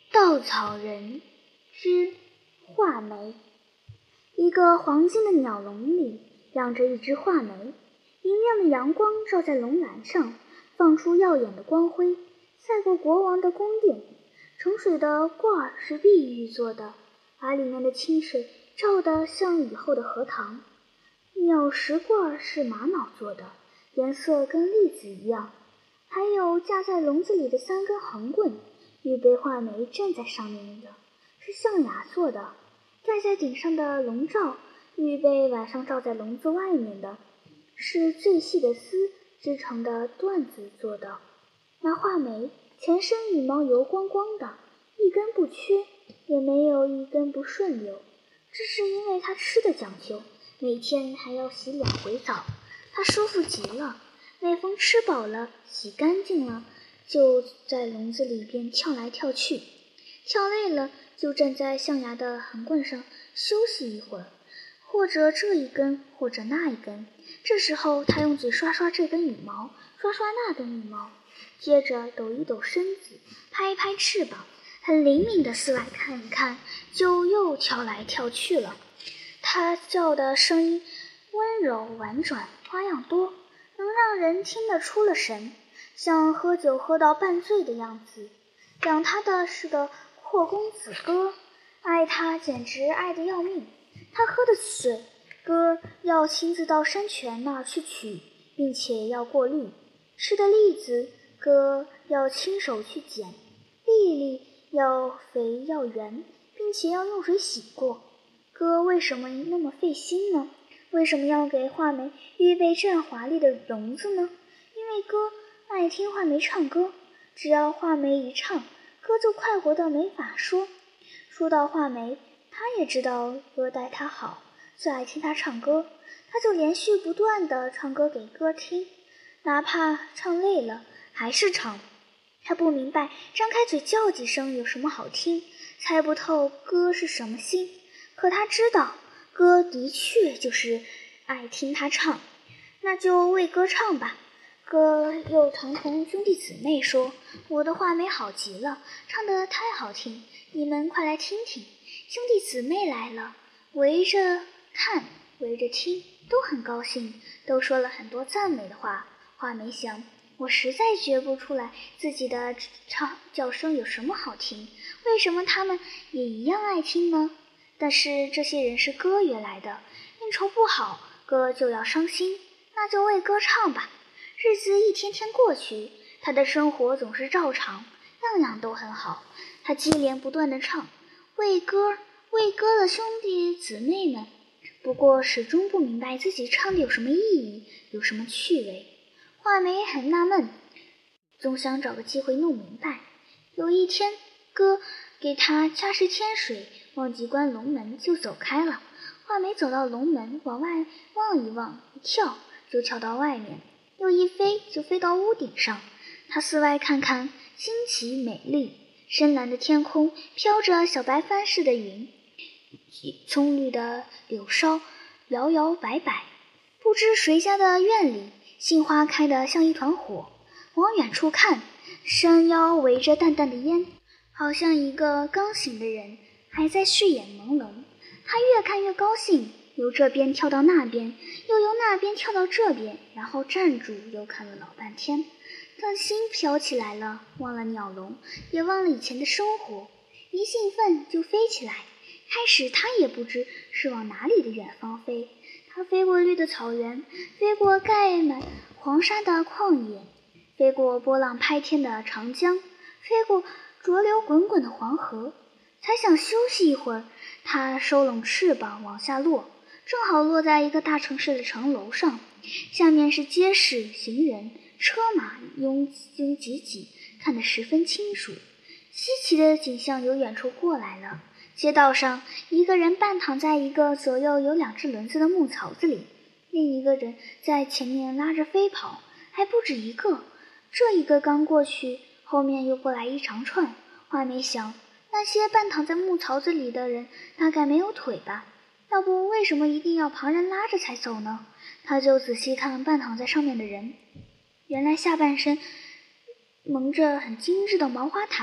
稻草人之画眉。一个黄金的鸟笼里养着一只画眉，明亮的阳光照在笼栏上，放出耀眼的光辉，赛过国王的宫殿。盛水的罐儿是碧玉做的，把里面的清水照得像雨后的荷塘。鸟食罐儿是玛瑙做的，颜色跟栗子一样。还有架在笼子里的3根横棍，预备画眉站在上面的，是象牙做的。盖在顶上的笼罩，预备晚上罩在笼子外面的，是最细的丝织成的缎子做的。那画眉全身羽毛油光光的，一根不缺，也没有一根不顺溜。这是因为它吃的讲究，每天还要洗2回澡，它舒服极了。每逢吃饱了，洗干净了，就在笼子里边跳来跳去，跳累了就站在象牙的横棍上休息一会儿，或者这一根，或者那一根。这时候他用嘴刷刷这根羽毛，刷刷那根羽毛，接着抖一抖身子，拍一拍翅膀，很灵敏地四外看一看，就又跳来跳去了。他叫的声音温柔婉转，花样多，能让人听得出了神，像喝酒喝到半醉的样子。养他的是个阔公子哥，爱他简直爱得要命。他喝的水，哥要亲自到山泉那儿去取，并且要过滤；吃的栗子，哥要亲手去捡，粒粒要肥要圆，并且要用水洗过。哥为什么那么费心呢？为什么要给画眉预备这样华丽的笼子呢？因为哥爱听画眉唱歌，只要画眉一唱，哥就快活得没法说。说到画眉，他也知道哥待他好，最爱听他唱歌，他就连续不断地唱歌给哥听，哪怕唱累了还是唱。他不明白张开嘴叫几声有什么好听，猜不透哥是什么心，可他知道哥的确就是爱听他唱，那就为哥唱吧。哥又常同兄弟姊妹说，我的画眉好极了，唱得太好听，你们快来听听。兄弟姊妹来了，围着看围着听，都很高兴，都说了很多赞美的话。画眉想，我实在觉不出来自己的叫声有什么好听，为什么他们也一样爱听呢？但是这些人是哥约来的，应酬不好，哥就要伤心，那就为哥唱吧。日子一天天过去，他的生活总是照常，样样都很好。他接连不断地唱，为哥的兄弟姊妹们，不过始终不明白自己唱的有什么意义，有什么趣味。画眉很纳闷，总想找个机会弄明白。有一天，哥给他加时添水，忘记关笼门就走开了。画眉走到笼门，往外望一望，一跳就跳到外面，又一飞就飞到屋顶上。他四外看看，新奇美丽，深蓝的天空飘着小白帆似的云，葱绿的柳梢摇摇摆摆。不知谁家的院里，杏花开得像一团火，往远处看，山腰围着淡淡的烟，好像一个刚醒的人还在睡眼朦胧。他越看越高兴，由这边跳到那边，又由那边跳到这边，然后站住又看了老半天。他的心飘起来了，忘了鸟笼，也忘了以前的生活，一兴奋就飞起来。开始他也不知是往哪里的远方飞，他飞过绿的草原，飞过盖满黄沙的旷野，飞过波浪拍天的长江，飞过浊流滚滚的黄河。才想休息一会儿，他收拢翅膀往下落，正好落在一个大城市的城楼上，下面是街市、行人、车马拥拥挤挤，看得十分清楚。稀奇的景象由远处过来了，街道上一个人半躺在一个左右有2只轮子的木槽子里，另一个人在前面拉着飞跑，还不止一个。这一个刚过去，后面又过来一长串。画眉想，那些半躺在木槽子里的人大概没有腿吧，要不为什么一定要旁人拉着才走呢？他就仔细看半躺在上面的人，原来下半身蒙着很精致的毛花毯，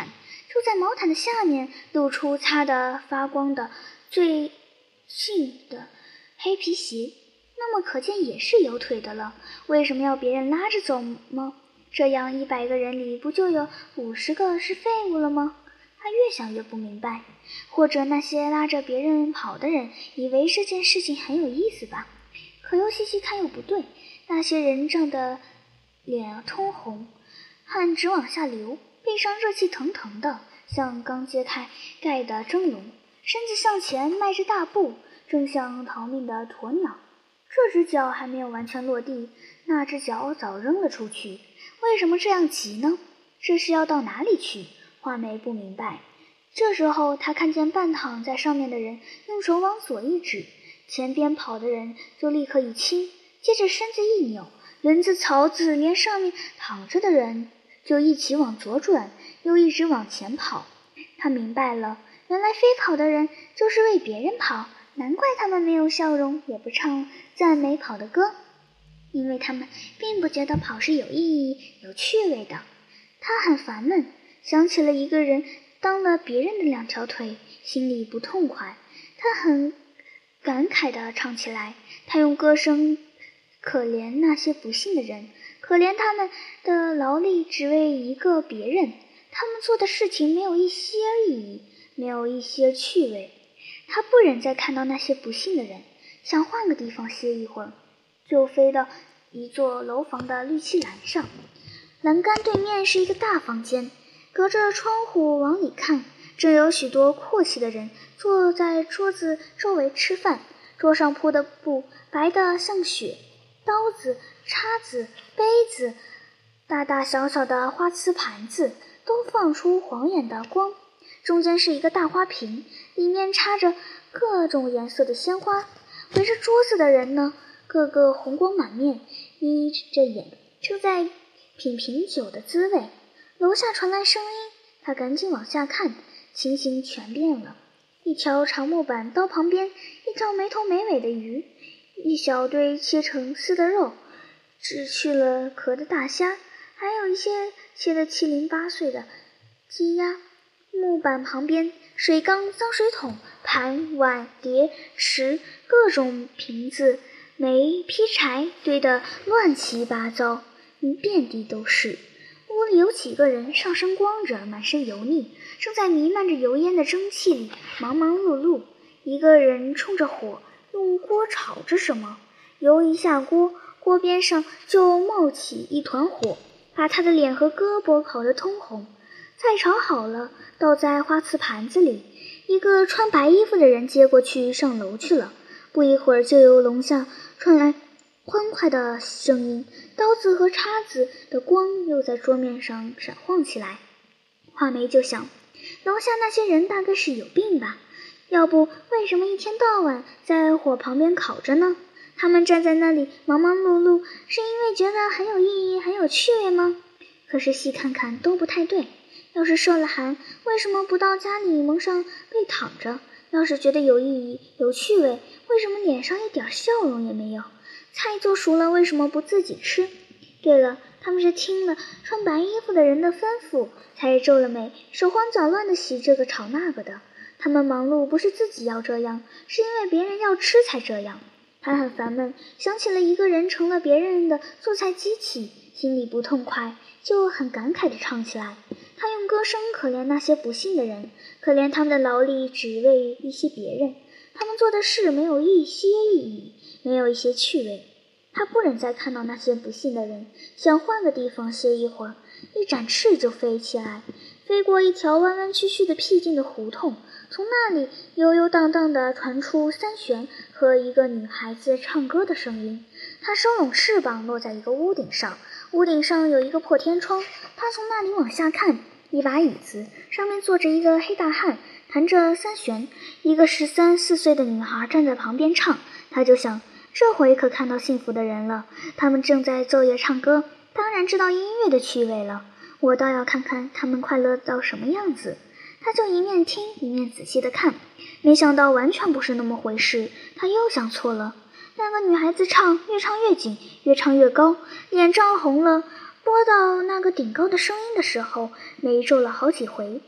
就在毛毯的下面露出擦得发光的最细的黑皮鞋，那么可见也是有腿的了。为什么要别人拉着走吗？这样100个人里不就有50个是废物了吗？他越想越不明白。或者那些拉着别人跑的人以为这件事情很有意思吧？可又细细看又不对，那些人胀得脸通红，汗直往下流，背上热气腾腾的，像刚揭开盖的蒸笼，身子向前迈着大步，正像逃命的鸵鸟。这只脚还没有完全落地，那只脚早扔了出去。为什么这样急呢？这是要到哪里去？画眉不明白。这时候他看见半躺在上面的人用手往左一指，前边跑的人就立刻一倾，接着身子一扭，轮子槽子连上面躺着的人就一起往左转，又一直往前跑。他明白了，原来飞跑的人就是为别人跑，难怪他们没有笑容，也不唱赞美跑的歌，因为他们并不觉得跑是有意义、有趣味的。他很烦闷，想起了一个人当了别人的2条腿，心里不痛快。他很感慨地唱起来，他用歌声可怜那些不幸的人，可怜他们的劳力只为一个别人，他们做的事情没有一些意义，没有一些趣味。他不忍再看到那些不幸的人，想换个地方歇一会儿，就飞到一座楼房的绿漆栏上。栏杆对面是一个大房间，隔着窗户往里看，正有许多阔气的人坐在桌子周围吃饭，桌上铺的布白得像雪，刀子、叉子、杯子，大大小小的花瓷盘子都放出晃眼的光，中间是一个大花瓶，里面插着各种颜色的鲜花。围着桌子的人呢，个个红光满面，眯着眼，正在品品酒的滋味。楼下传来声音，他赶紧往下看，情形全变了。一条长木板刀旁边，一条没头没尾的鱼，一小堆切成丝的肉，只去了壳的大虾，还有一些切得七零八碎的鸡鸭。木板旁边，水缸、脏水桶、盘碗碟匙，各种瓶子、煤、劈柴堆得乱七八糟，遍地都是。屋里有几个人上身光着，满身油腻，正在弥漫着油烟的蒸汽里忙忙碌碌。一个人冲着火用锅炒着什么，油一下锅，锅边上就冒起一团火，把他的脸和胳膊烤得通红。菜炒好了，倒在花瓷盘子里，一个穿白衣服的人接过去上楼去了。不一会儿，就由楼下传来欢快的声音，刀子和叉子的光又在桌面上闪晃起来。画眉就想，楼下那些人大概是有病吧，要不为什么一天到晚在火旁边烤着呢？他们站在那里忙忙碌碌，是因为觉得很有意义、很有趣味吗？可是细看看都不太对。要是受了寒，为什么不到家里蒙上被躺着？要是觉得有意义、有趣味，为什么脸上一点笑容也没有？菜做熟了，为什么不自己吃？对了，他们是听了穿白衣服的人的吩咐，才皱了眉，手慌脚乱地洗这个炒那个的。他们忙碌不是自己要这样，是因为别人要吃才这样。他很烦闷，想起了一个人成了别人的做菜机器，心里不痛快，就很感慨地唱起来。他用歌声可怜那些不幸的人，可怜他们的劳力只为一些别人，他们做的事没有一些意义，没有一些趣味。他不忍再看到那些不幸的人，想换个地方歇一会儿，一展翅就飞起来，飞过一条弯弯曲曲的僻静的胡同，从那里悠悠荡荡地传出三弦和一个女孩子唱歌的声音。他收拢翅膀，落在一个屋顶上，屋顶上有一个破天窗，他从那里往下看，一把椅子，上面坐着一个黑大汉，弹着三弦，一个13、14岁的女孩站在旁边唱。他就想，这回可看到幸福的人了，他们正在奏乐唱歌，当然知道音乐的趣味了，我倒要看看他们快乐到什么样子。他就一面听一面仔细地看，没想到完全不是那么回事，他又想错了。那个女孩子唱，越唱越紧，越唱越高，脸涨红了，播到那个顶高的声音的时候，眉皱了好几回，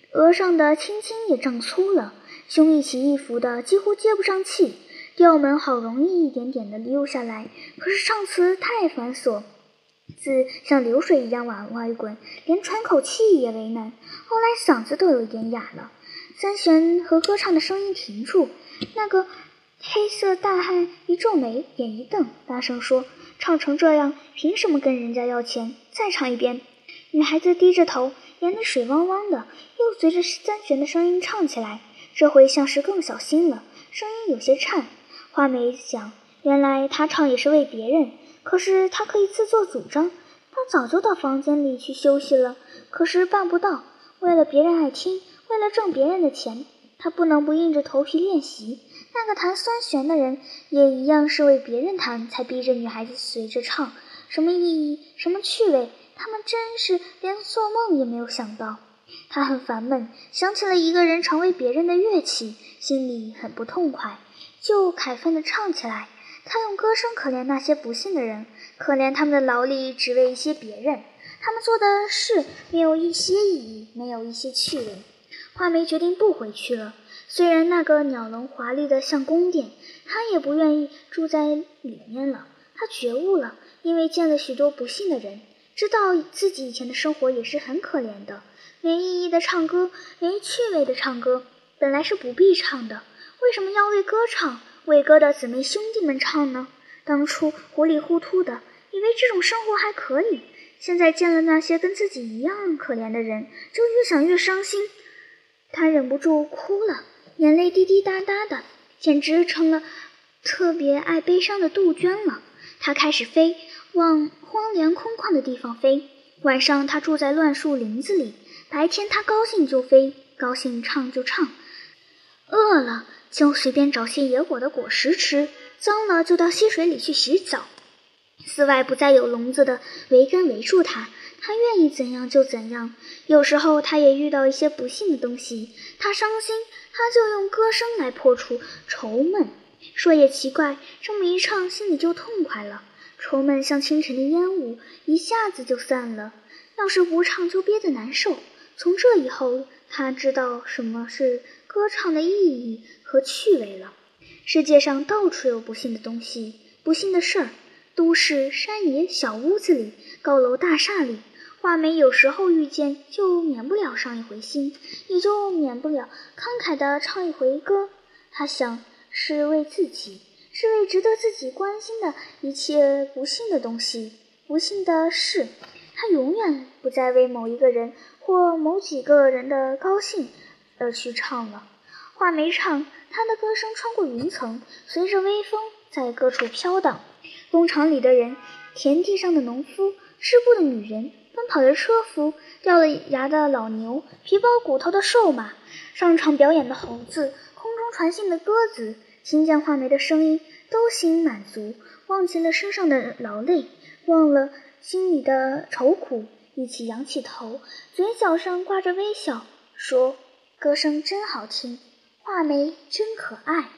额上的青筋也胀粗了，胸一起一伏的几乎接不上气。调门好容易一点点地溜下来，可是唱词太繁琐，字像流水一样往外滚，连喘口气也为难。后来嗓子都有一点哑了，三弦和歌唱的声音停住。那个黑色大汉一皱眉，眼一瞪，大声说：“唱成这样，凭什么跟人家要钱？再唱一遍。”女孩子低着头，眼里水汪汪的，又随着三弦的声音唱起来，这回像是更小心了，声音有些颤。画眉想，原来他唱也是为别人，可是他可以自作主张，他早就到房间里去休息了，可是办不到。为了别人爱听，为了挣别人的钱，他不能不硬着头皮练习。那个弹三弦的人也一样是为别人弹，才逼着女孩子随着唱，什么意义，什么趣味，他们真是连做梦也没有想到。他很烦闷，想起了一个人成为别人的乐器，心里很不痛快，就慨愤地唱起来。他用歌声可怜那些不幸的人，可怜他们的劳力只为一些别人，他们做的事没有一些意义，没有一些趣味。画眉决定不回去了，虽然那个鸟笼华丽的像宫殿，他也不愿意住在里面了。他觉悟了，因为见了许多不幸的人，知道自己以前的生活也是很可怜的。没意义的唱歌，没趣味的唱歌，本来是不必唱的，为什么要为歌唱，为歌的姊妹兄弟们唱呢？当初糊里糊涂的，以为这种生活还可以，现在见了那些跟自己一样可怜的人，就越想越伤心。他忍不住哭了，眼泪滴滴答答的，简直成了特别爱悲伤的杜鹃了。他开始飞，往荒凉空旷的地方飞。晚上他住在乱树林子里，白天他高兴就飞，高兴唱就唱，饿了就随便找些野果的果实吃，脏了就到溪水里去洗澡。寺外不再有笼子的围根围住他，他愿意怎样就怎样。有时候他也遇到一些不幸的东西，他伤心，他就用歌声来破除愁闷。说也奇怪，这么一唱，心里就痛快了，愁闷像清晨的烟雾，一下子就散了。要是不唱就憋得难受。从这以后，他知道什么是歌唱的意义和趣味了。世界上到处有不幸的东西，不幸的事儿，都市、山野、小屋子里，高楼大厦里，画眉有时候遇见，就免不了伤一回心，也就免不了慷慨地唱一回歌。他想，是为自己，是为值得自己关心的一切不幸的东西、不幸的事。他永远不再为某一个人或某几个人的高兴而去唱了。画眉唱，他的歌声穿过云层，随着微风在各处飘荡。工厂里的人，田地上的农夫，织布的女人，奔跑的车夫，掉了牙的老牛，皮包骨头的瘦马，上场表演的猴子，空中传信的鸽子，听见画眉的声音，都心满足，忘记了身上的劳累，忘了心里的愁苦，一起仰起头，嘴角上挂着微笑，说：歌声真好听，画眉真可爱。